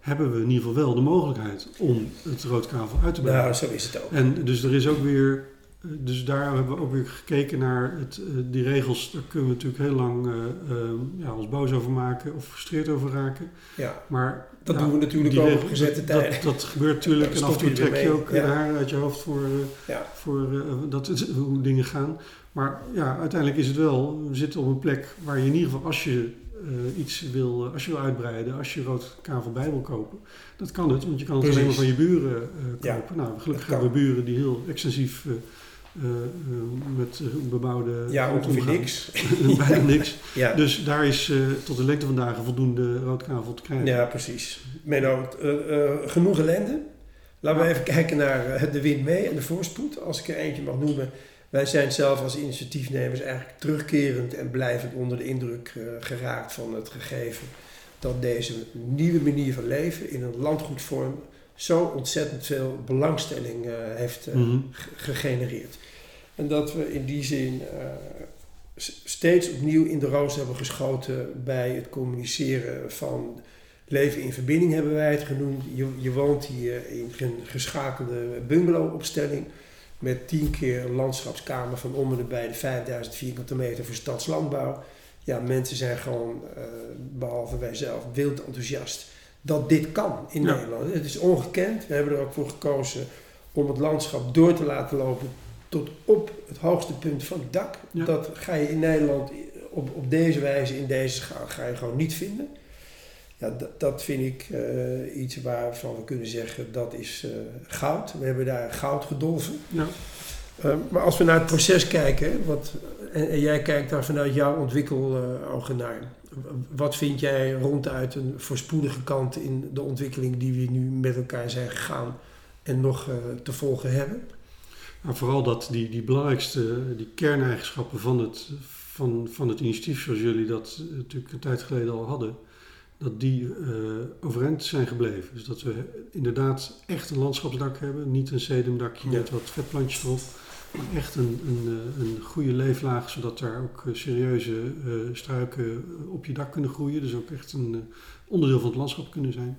hebben we in ieder geval wel de mogelijkheid om het roodkavel uit te breiden. Nou, zo is het ook. En dus er is ook weer, dus daar hebben we ook weer gekeken naar het, die regels. Daar kunnen we natuurlijk heel lang uh, uh, ja, ons boos over maken of gefrustreerd over raken. Ja, maar dat ja, doen we natuurlijk ook op gezette dat, tijden. Dat, dat gebeurt natuurlijk en af en toe trek je ook de ja. haren uit je hoofd voor, uh, ja. voor uh, dat, hoe dingen gaan. Maar ja, uiteindelijk is het wel, we zitten op een plek waar je in ieder geval als je uh, iets wil, uh, als je wil uitbreiden, als je roodkavel bij wil kopen, dat kan het, want je kan het Precies. alleen maar van je buren uh, kopen. Ja, nou, gelukkig hebben we buren die heel extensief uh, uh, uh, met uh, bebouwde ja, ongeveer niks. Bijna niks. Ja. Dus daar is uh, tot de lengte van dagen voldoende roodkavel te krijgen. Ja, precies. Menno, uh, uh, genoeg ellende. Laten we even kijken naar uh, de wind mee en de voorspoed. Als ik er eentje mag noemen. Wij zijn zelf als initiatiefnemers eigenlijk terugkerend en blijvend onder de indruk uh, geraakt van het gegeven dat deze nieuwe manier van leven in een landgoedvorm zo ontzettend veel belangstelling uh, heeft uh, mm-hmm. g- gegenereerd. En dat we in die zin uh, steeds opnieuw in de roos hebben geschoten bij het communiceren van leven in verbinding, hebben wij het genoemd. Je, je woont hier in een geschakelde bungalowopstelling met tien keer een landschapskamer van om en nabij de vijfduizend vierkante meter voor stadslandbouw. Ja, mensen zijn gewoon, uh, behalve wij zelf, wild enthousiast dat dit kan in ja. Nederland. Het is ongekend. We hebben er ook voor gekozen om het landschap door te laten lopen tot op het hoogste punt van het dak. Ja. Dat ga je in Nederland op, op deze wijze, in deze schaal, ga je gewoon niet vinden. Ja, dat, dat vind ik uh, iets waarvan we kunnen zeggen, dat is uh, goud. We hebben daar goud gedolven. Ja. Uh, maar als we naar het proces kijken, wat, en, en jij kijkt daar vanuit jouw ontwikkelogen naar. Wat vind jij ronduit een voorspoedige kant in de ontwikkeling die we nu met elkaar zijn gegaan en nog uh, te volgen hebben? Nou, vooral dat die, die belangrijkste, die kerneigenschappen van het, van, van het initiatief, zoals jullie dat natuurlijk een tijd geleden al hadden, dat die uh, overeind zijn gebleven. Dus dat we inderdaad echt een landschapsdak hebben, niet een sedumdakje ja. met wat vetplantjes erop, maar echt een, een, een goede leeflaag, zodat daar ook serieuze uh, struiken op je dak kunnen groeien. Dus ook echt een uh, onderdeel van het landschap kunnen zijn.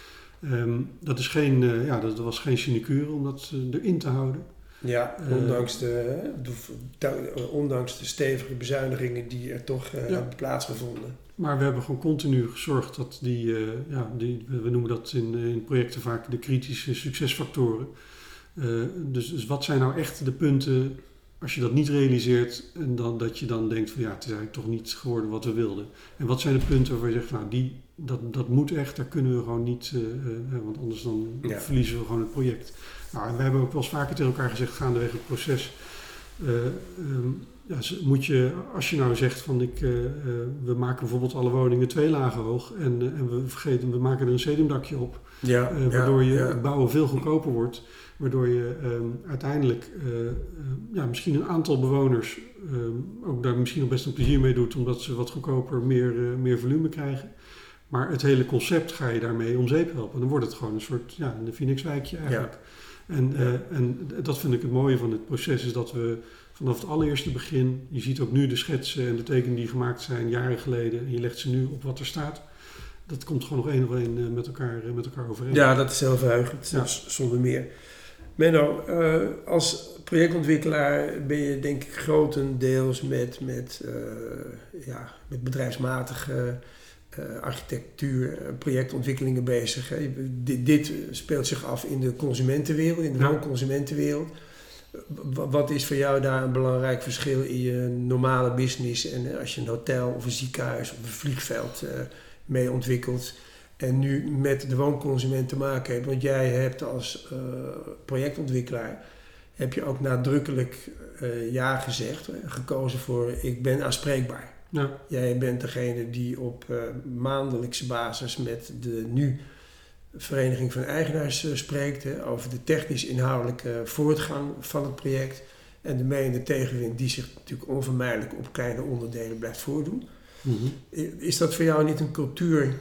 Um, dat, is geen, uh, ja, dat was geen sinecure om dat uh, erin te houden. Ja, ondanks de, de, de, ondanks de stevige bezuinigingen die er toch uh, ja. hebben plaatsgevonden. Maar we hebben gewoon continu gezorgd dat die, uh, ja, die we noemen dat in, in projecten vaak de kritische succesfactoren. Uh, dus, dus wat zijn nou echt de punten, als je dat niet realiseert, en dan, dat je dan denkt van ja, het is eigenlijk toch niet geworden wat we wilden. En wat zijn de punten waarvan je zegt van nou, die, dat, dat moet echt, daar kunnen we gewoon niet, uh, uh, want anders dan ja. verliezen we gewoon het project. Nou, en we hebben ook wel eens vaker tegen elkaar gezegd, gaandeweg het proces, uh, um, ja, moet je, als je nou zegt van ik, uh, uh, we maken bijvoorbeeld alle woningen twee lagen hoog en, uh, en we vergeten, we maken er een sedumdakje op, ja, uh, waardoor ja, je ja. het bouwen veel goedkoper wordt, waardoor je um, uiteindelijk uh, uh, ja, misschien een aantal bewoners um, ook daar misschien nog best een plezier mee doet, omdat ze wat goedkoper meer, uh, meer volume krijgen. Maar het hele concept ga je daarmee om zeep helpen. Dan wordt het gewoon een soort, ja, een Phoenixwijkje eigenlijk. Ja. En, uh, en dat vind ik het mooie van het proces, is dat we vanaf het allereerste begin, je ziet ook nu de schetsen en de tekeningen die gemaakt zijn jaren geleden, en je legt ze nu op wat er staat. Dat komt gewoon nog één op één met elkaar, met elkaar overeen. Ja, dat is heel verheugend, ja. Zonder meer. Menno, uh, als projectontwikkelaar ben je denk ik grotendeels met, met, uh, ja, met bedrijfsmatige uh, architectuur, projectontwikkelingen bezig. Hè. Dit, dit speelt zich af in de consumentenwereld, in de ja. woonconsumentenwereld. Wat is voor jou daar een belangrijk verschil in je normale business en als je een hotel of een ziekenhuis of een vliegveld uh, mee ontwikkelt en nu met de woonconsument te maken hebt? Want jij hebt als uh, projectontwikkelaar heb je ook nadrukkelijk uh, ja gezegd, uh, gekozen voor ik ben aanspreekbaar. Ja. Jij bent degene die op uh, maandelijkse basis met de nu Vereniging van Eigenaars uh, spreekt hè, over de technisch-inhoudelijke voortgang van het project en de mee- en de tegenwind die zich natuurlijk onvermijdelijk op kleine onderdelen blijft voordoen. Mm-hmm. Is dat voor jou niet een cultuurshock?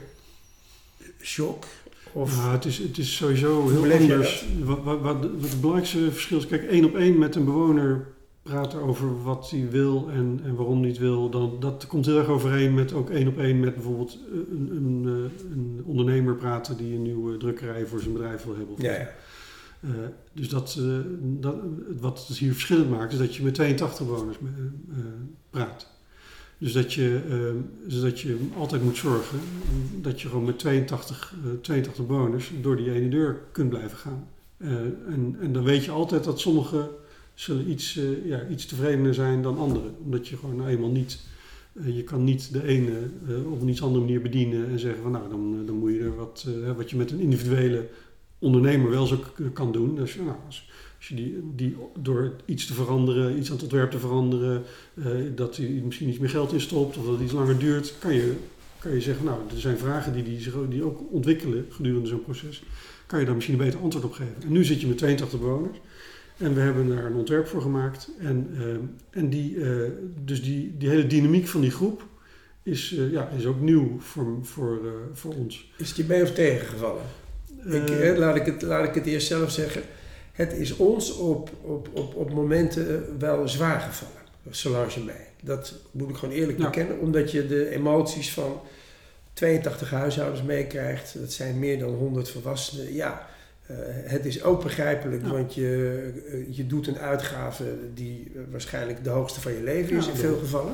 Of nou, het is, het is sowieso heel anders. Wat, wat, wat het belangrijkste verschil is, kijk, één op één met een bewoner praten over wat hij wil en, en waarom hij het wil, dan, dat komt heel erg overeen met ook één op één met bijvoorbeeld een, een, een ondernemer praten die een nieuwe drukkerij voor zijn bedrijf wil hebben. Of Ja, ja. Uh, dus dat, uh, dat, wat het hier verschillend maakt, is dat je met tweeëntachtig bewoners uh, uh, praat. Dus dat je, uh, dus dat je altijd moet zorgen dat je gewoon met tweeëntachtig, uh, tweeëntachtig bewoners door die ene deur kunt blijven gaan. Uh, en, en dan weet je altijd dat sommigen zullen iets, uh, ja, iets tevredener zijn dan anderen. Omdat je gewoon nou eenmaal niet, uh, je kan niet de ene uh, op een iets andere manier bedienen en zeggen van nou dan, uh, dan moet je er wat, uh, wat je met een individuele ondernemer wel zo k- kan doen. Dus nou, als, als je die, die door iets te veranderen, iets aan het ontwerp te veranderen, uh, dat hij misschien iets meer geld in stopt of dat het iets langer duurt, kan je, kan je zeggen, nou, er zijn vragen die, die zich die ook ontwikkelen gedurende zo'n proces. Kan je daar misschien een beter antwoord op geven. En nu zit je met tweeëntachtig bewoners en we hebben daar een ontwerp voor gemaakt. En, uh, en die, uh, dus die, die hele dynamiek van die groep is, uh, ja, is ook nieuw voor, voor, uh, voor ons. Is het je mee of tegengevallen? Ik, eh, laat, ik het, laat ik het eerst zelf zeggen. Het is ons op, op, op, op momenten wel zwaar gevallen, zoals je mij. Dat moet ik gewoon eerlijk Ja. bekennen, omdat je de emoties van tweeëntachtig huishoudens meekrijgt. Dat zijn meer dan honderd volwassenen. Ja, uh, het is ook begrijpelijk, Ja. want je, uh, je doet een uitgave die uh, waarschijnlijk de hoogste van je leven is Ja, in dat- veel gevallen.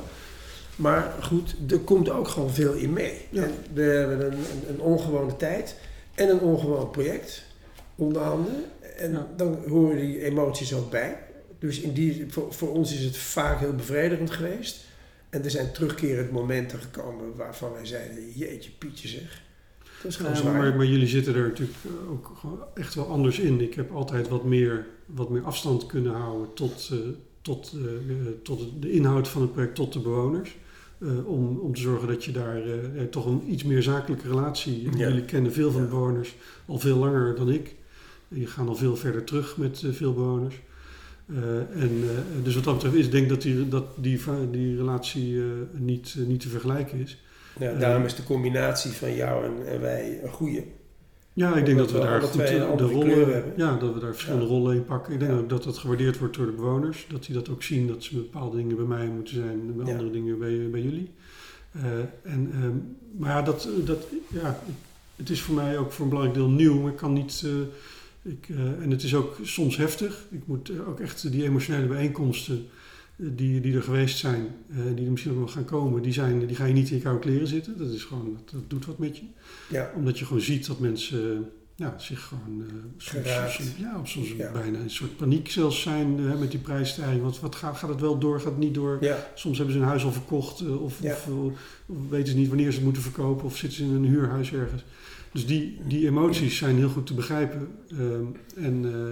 Maar goed, er komt ook gewoon veel in mee. Ja. En we hebben een, een, een ongewone tijd en een ongewoon project onder handen. En Ja. dan horen die emoties ook bij. Dus in die, voor, voor ons is het vaak heel bevredigend geweest. En er zijn terugkerend momenten gekomen waarvan wij zeiden, jeetje Pietje zeg. Dat is gewoon Uh, zwaar. maar, maar jullie zitten er natuurlijk ook gewoon echt wel anders in. Ik heb altijd wat meer, wat meer afstand kunnen houden tot, uh, tot, uh, uh, tot de inhoud van het project, tot de bewoners. Uh, om, om te zorgen dat je daar uh, uh, toch een iets meer zakelijke relatie... Ja. Jullie kennen veel van Ja. de bewoners al veel langer dan ik. Je gaat al veel verder terug met uh, veel bewoners. Uh, en, uh, dus wat dat betreft is, ik denk dat die, dat die, die relatie uh, niet, uh, niet te vergelijken is. Ja, daarom is de combinatie van jou en, en wij een goede. Ja, ik denk Omdat dat we we daar alle goed twee een uh, de andere kleur rollen hebben. ja, dat we daar verschillende Ja. rollen in pakken. Ik denk Ja. ook dat dat gewaardeerd wordt door de bewoners. Dat die dat ook zien, dat ze bepaalde dingen bij mij moeten zijn en bij Ja. andere dingen bij, bij jullie. Uh, en, um, maar ja, dat, dat, ja, het is voor mij ook voor een belangrijk deel nieuw. Maar ik kan niet... Uh, ik, uh, en het is ook soms heftig. Ik moet uh, ook echt die emotionele bijeenkomsten uh, die, die er geweest zijn, uh, die er misschien ook nog gaan komen, die, zijn, die ga je niet in je koude kleren zitten. Dat is gewoon, dat, dat doet wat met je. Ja. Omdat je gewoon ziet dat mensen uh, ja, zich gewoon uh, soms, Geraakt. soms, ja, soms Ja. bijna een soort paniek zelfs zijn uh, met die prijsstijging. Wat, wat gaat, gaat het wel door, gaat het niet door? Ja. Soms hebben ze een huis al verkocht uh, of, Ja. of, uh, of weten ze niet wanneer ze het moeten verkopen of zitten ze in een huurhuis ergens. Dus die, die emoties zijn heel goed te begrijpen. Um, en, uh,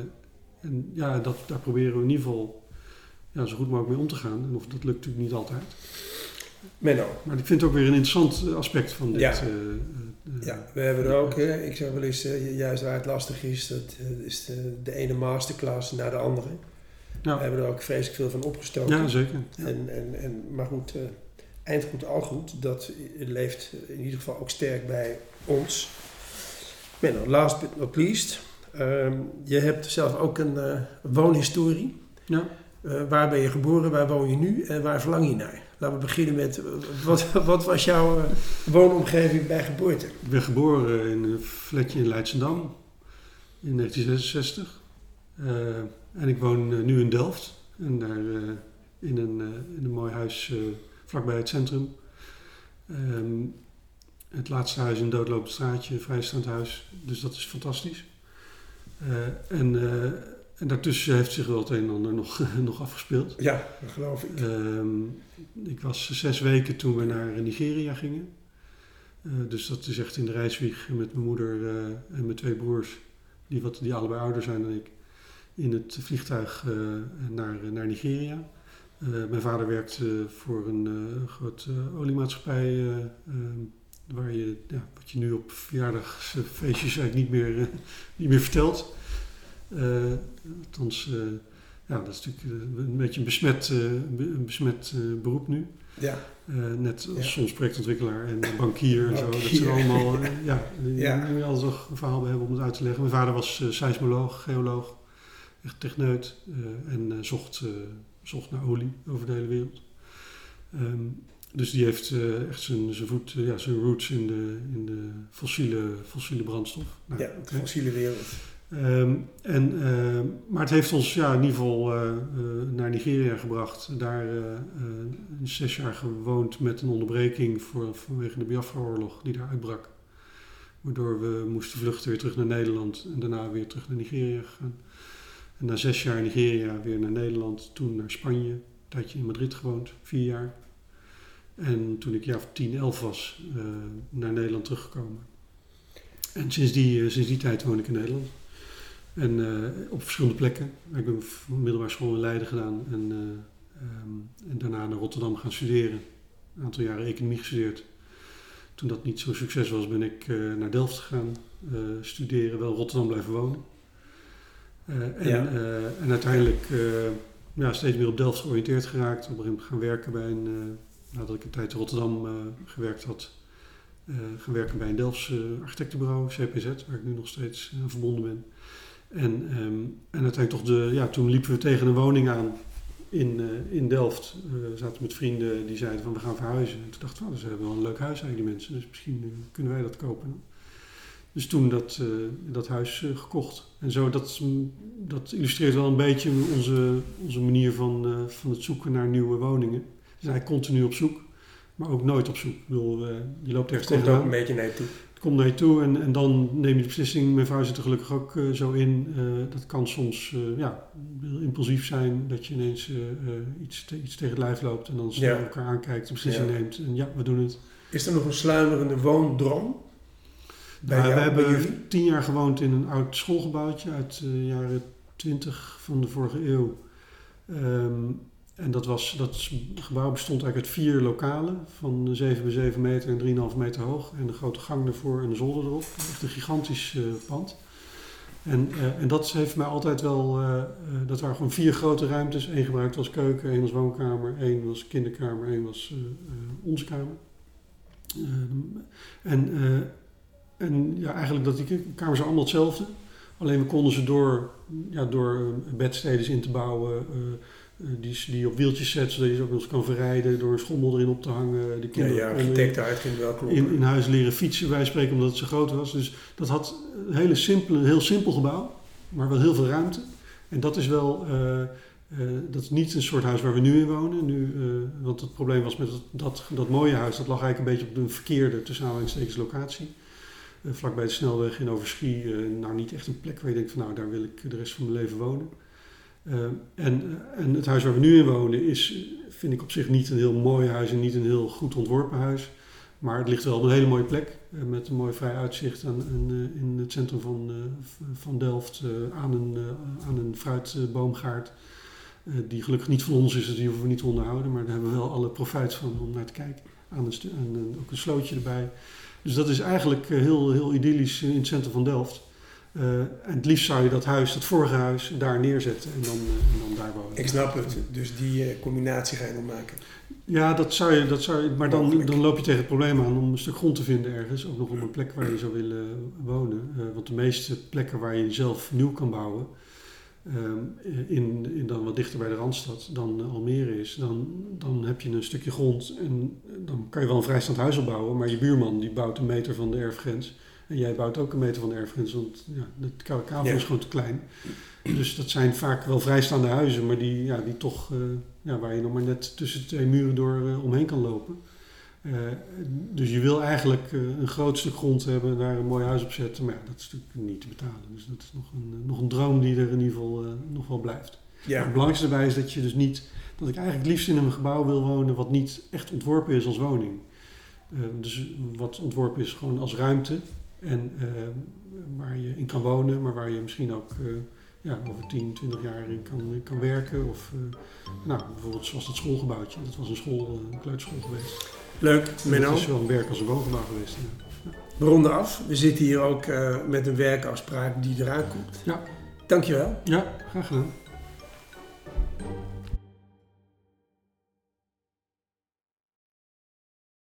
en ja, dat, daar proberen we in ieder geval ja, zo goed mogelijk mee om te gaan. En of, dat lukt natuurlijk niet altijd. Menno. Maar ik vind het ook weer een interessant aspect van dit. Ja. Uh, uh, Ja, we hebben er ook, hè, ik zeg wel eens, uh, juist waar het lastig is, dat uh, is de, de ene masterclass naar de andere. Ja. We hebben er ook vreselijk veel van opgestoken. Ja, zeker. Ja. En, en, en, maar goed, uh, eind goed, al goed. Dat leeft in ieder geval ook sterk bij ons. Menno, last but not least. Um, je hebt zelf ook een uh, woonhistorie. Ja. Uh, waar ben je geboren, waar woon je nu en waar verlang je naar? Laten we beginnen met, uh, wat, wat was jouw uh, woonomgeving bij geboorte? Ik ben geboren in een flatje in Leidschendam in negentien zesenzestig. Uh, en ik woon uh, nu in Delft. En daar uh, in, een, uh, in een mooi huis uh, vlakbij het centrum. Um, het laatste huis in een doodlopend straatje, een vrijstaand huis. Dus dat is fantastisch. Uh, en, uh, en daartussen heeft zich wel het een en ander nog, nog afgespeeld. Ja, dat geloof ik. Um, ik was zes weken toen we naar Nigeria gingen. Uh, dus dat is echt in de reiswieg met mijn moeder uh, en mijn twee broers, die, wat, die allebei ouder zijn dan ik, in het vliegtuig uh, naar, naar Nigeria. Uh, mijn vader werkte voor een uh, grote uh, oliemaatschappij, uh, um, waar je, ja, wat je nu op verjaardagsfeestjes eigenlijk niet meer, uh, niet meer vertelt. Uh, althans, uh, ja, dat is natuurlijk een beetje een besmet, uh, een besmet uh, beroep nu. Ja. Uh, net als Ja. soms projectontwikkelaar en bankier en zo. Dat Bankier. zijn allemaal, uh, ja, Ja. daar moet je altijd nog een verhaal bij hebben om het uit te leggen. Mijn vader was uh, seismoloog, geoloog, echt techneut uh, en uh, zocht, uh, zocht naar olie over de hele wereld. Um, dus die heeft uh, echt zijn, zijn voet, uh, ja, zijn roots in de, in de fossiele, fossiele brandstof. Nou, ja, de fossiele wereld. Um, en, uh, maar het heeft ons ja, in ieder geval uh, uh, naar Nigeria gebracht. Daar uh, uh, zes jaar gewoond met een onderbreking voor, vanwege de Biafra-oorlog die daar uitbrak. Waardoor we moesten vluchten weer terug naar Nederland en daarna weer terug naar Nigeria gegaan. En na zes jaar in Nigeria weer naar Nederland, toen naar Spanje. Een tijdje in Madrid gewoond, vier jaar. En toen ik jaar tien, elf was, uh, naar Nederland teruggekomen. En sinds die, uh, sinds die tijd woon ik in Nederland. En uh, op verschillende plekken. Ik heb een middelbare school in Leiden gedaan en, uh, um, en daarna naar Rotterdam gaan studeren. Een aantal jaren economie gestudeerd. Toen dat niet zo'n succes was, ben ik uh, naar Delft gegaan uh, studeren, wel in Rotterdam blijven wonen. Uh, en, ja. uh, en uiteindelijk uh, ja, steeds meer op Delft georiënteerd geraakt. Op een gegeven moment gaan werken bij een, uh, nadat ik een tijd in Rotterdam uh, gewerkt had, uh, gaan werken bij een Delftse uh, architectenbureau, C P Z, waar ik nu nog steeds uh, verbonden ben. En, um, en uiteindelijk toch de, ja, toen liepen we tegen een woning aan in, uh, in Delft. We uh, zaten met vrienden die zeiden van we gaan verhuizen. En toen dachten we, oh, ze hebben wel een leuk huis eigenlijk die mensen, dus misschien uh, kunnen wij dat kopen. Dus toen dat, uh, dat huis uh, gekocht. En zo, dat, dat illustreert wel een beetje onze, onze manier van, uh, van het zoeken naar nieuwe woningen. Dus eigenlijk continu op zoek, maar ook nooit op zoek. Ik bedoel, uh, je loopt ergens tegenaan. Het komt ook een beetje naar je toe. Het komt naar je toe en, en dan neem je de beslissing. Mijn vrouw zit er gelukkig ook uh, zo in. Uh, dat kan soms uh, ja, heel impulsief zijn, dat je ineens uh, uh, iets, te, iets tegen het lijf loopt en dan snel ja. elkaar aankijkt, een beslissing ja. neemt en ja, we doen het. Is er nog een sluimerende woondroom? Nou, we hebben tien jaar gewoond in een oud schoolgebouwtje uit de jaren twintig van de vorige eeuw. Um, en dat, was, dat gebouw bestond eigenlijk uit vier lokalen van zeven bij zeven meter en drie komma vijf meter hoog. En een grote gang ervoor en een zolder erop. Echt een gigantisch uh, pand. En, uh, en dat heeft mij altijd wel, uh, uh, dat waren gewoon vier grote ruimtes. Eén gebruikt als keuken, één als woonkamer, één was kinderkamer, één was uh, uh, onze kamer. Uh, en... Uh, En ja, eigenlijk dat die kamers zijn allemaal hetzelfde. Alleen we konden ze door, ja, door bedstedes in te bouwen, uh, uh, die, die op wieltjes zetten, zodat je ze ook nog eens kan verrijden, door een schommel erin op te hangen. De kinderen ja, ja, architecten uit vind wel kloppen. In, in huis leren fietsen, wij spreken omdat het zo groot was. Dus dat had een, hele simpele, een heel simpel gebouw, maar wel heel veel ruimte. En dat is wel, uh, uh, dat is niet een soort huis waar we nu in wonen. Nu, uh, want het probleem was met dat, dat, dat mooie huis, dat lag eigenlijk een beetje op de verkeerde, tussen aanhalingstekens, locatie. Uh, vlakbij de snelweg in Overschie, uh, nou niet echt een plek waar je denkt van nou daar wil ik de rest van mijn leven wonen. Uh, en, uh, en het huis waar we nu in wonen is, vind ik op zich niet een heel mooi huis en niet een heel goed ontworpen huis. Maar het ligt wel op een hele mooie plek, uh, met een mooi vrij uitzicht aan, aan, uh, in het centrum van, uh, van Delft, uh, aan, een, uh, aan een fruitboomgaard. Uh, die gelukkig niet van ons is, dus die hoeven we niet te onderhouden, maar daar hebben we wel alle profijt van om naar te kijken. Aan een stu- en, uh, ook een slootje erbij. Dus dat is eigenlijk heel, heel idyllisch in het centrum van Delft. Uh, en het liefst zou je dat huis, dat vorige huis, daar neerzetten en dan, uh, en dan daar wonen. Ik snap het, dus die uh, combinatie ga je dan maken. Ja, dat zou je, dat zou je, maar dan, dan loop je tegen het probleem aan om een stuk grond te vinden ergens. Ook nog op een plek waar je zou willen wonen. Uh, want de meeste plekken waar je zelf nieuw kan bouwen, um, in, in dan wat dichter bij de Randstad dan uh, Almere is, dan, dan heb je een stukje grond en dan kan je wel een vrijstaand huis opbouwen, maar je buurman die bouwt een meter van de erfgrens en jij bouwt ook een meter van de erfgrens, want ja, de kavel ja. is gewoon te klein. Dus dat zijn vaak wel vrijstaande huizen, maar die, ja, die toch, uh, ja, waar je nog maar net tussen de twee muren door uh, omheen kan lopen. Uh, dus je wil eigenlijk uh, een groot stuk grond hebben en daar een mooi huis op zetten, maar ja, dat is natuurlijk niet te betalen. Dus dat is nog een, nog een droom die er in ieder geval uh, nog wel blijft. Ja. Het belangrijkste daarbij is dat je dus niet, dat ik eigenlijk het liefst in een gebouw wil wonen wat niet echt ontworpen is als woning. Uh, dus wat ontworpen is gewoon als ruimte en uh, waar je in kan wonen, maar waar je misschien ook uh, ja, over tien, twintig jaar in kan, kan werken. Of uh, nou, bijvoorbeeld zoals dat schoolgebouwtje, dat was een school, een kleuterschool geweest. Leuk, Menno. Het is wel een werk als een bovenbouw geweest. Ja. We ronden af. We zitten hier ook uh, met een werkafspraak die eraan komt. Ja. Dankjewel. Ja, graag gedaan.